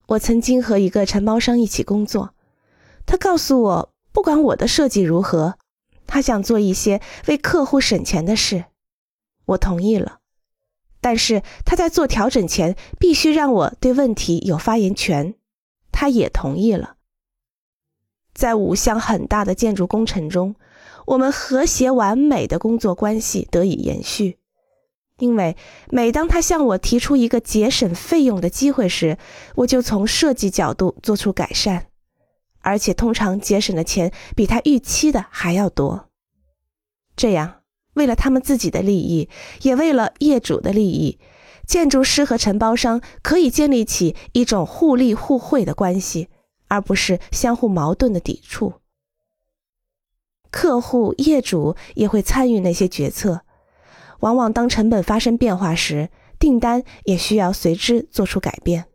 我曾经和一个承包商一起工作，他告诉我，不管我的设计如何，他想做一些为客户省钱的事。我同意了，但是他在做调整前必须让我对问题有发言权，他也同意了。在5项很大的建筑工程中，我们和谐完美的工作关系得以延续。因为每当他向我提出一个节省费用的机会时，我就从设计角度做出改善，而且通常节省的钱比他预期的还要多。这样，为了他们自己的利益，也为了业主的利益，建筑师和承包商可以建立起一种互利互惠的关系，而不是相互矛盾的抵触。客户、业主也会参与那些决策，往往当成本发生变化时，订单也需要随之做出改变。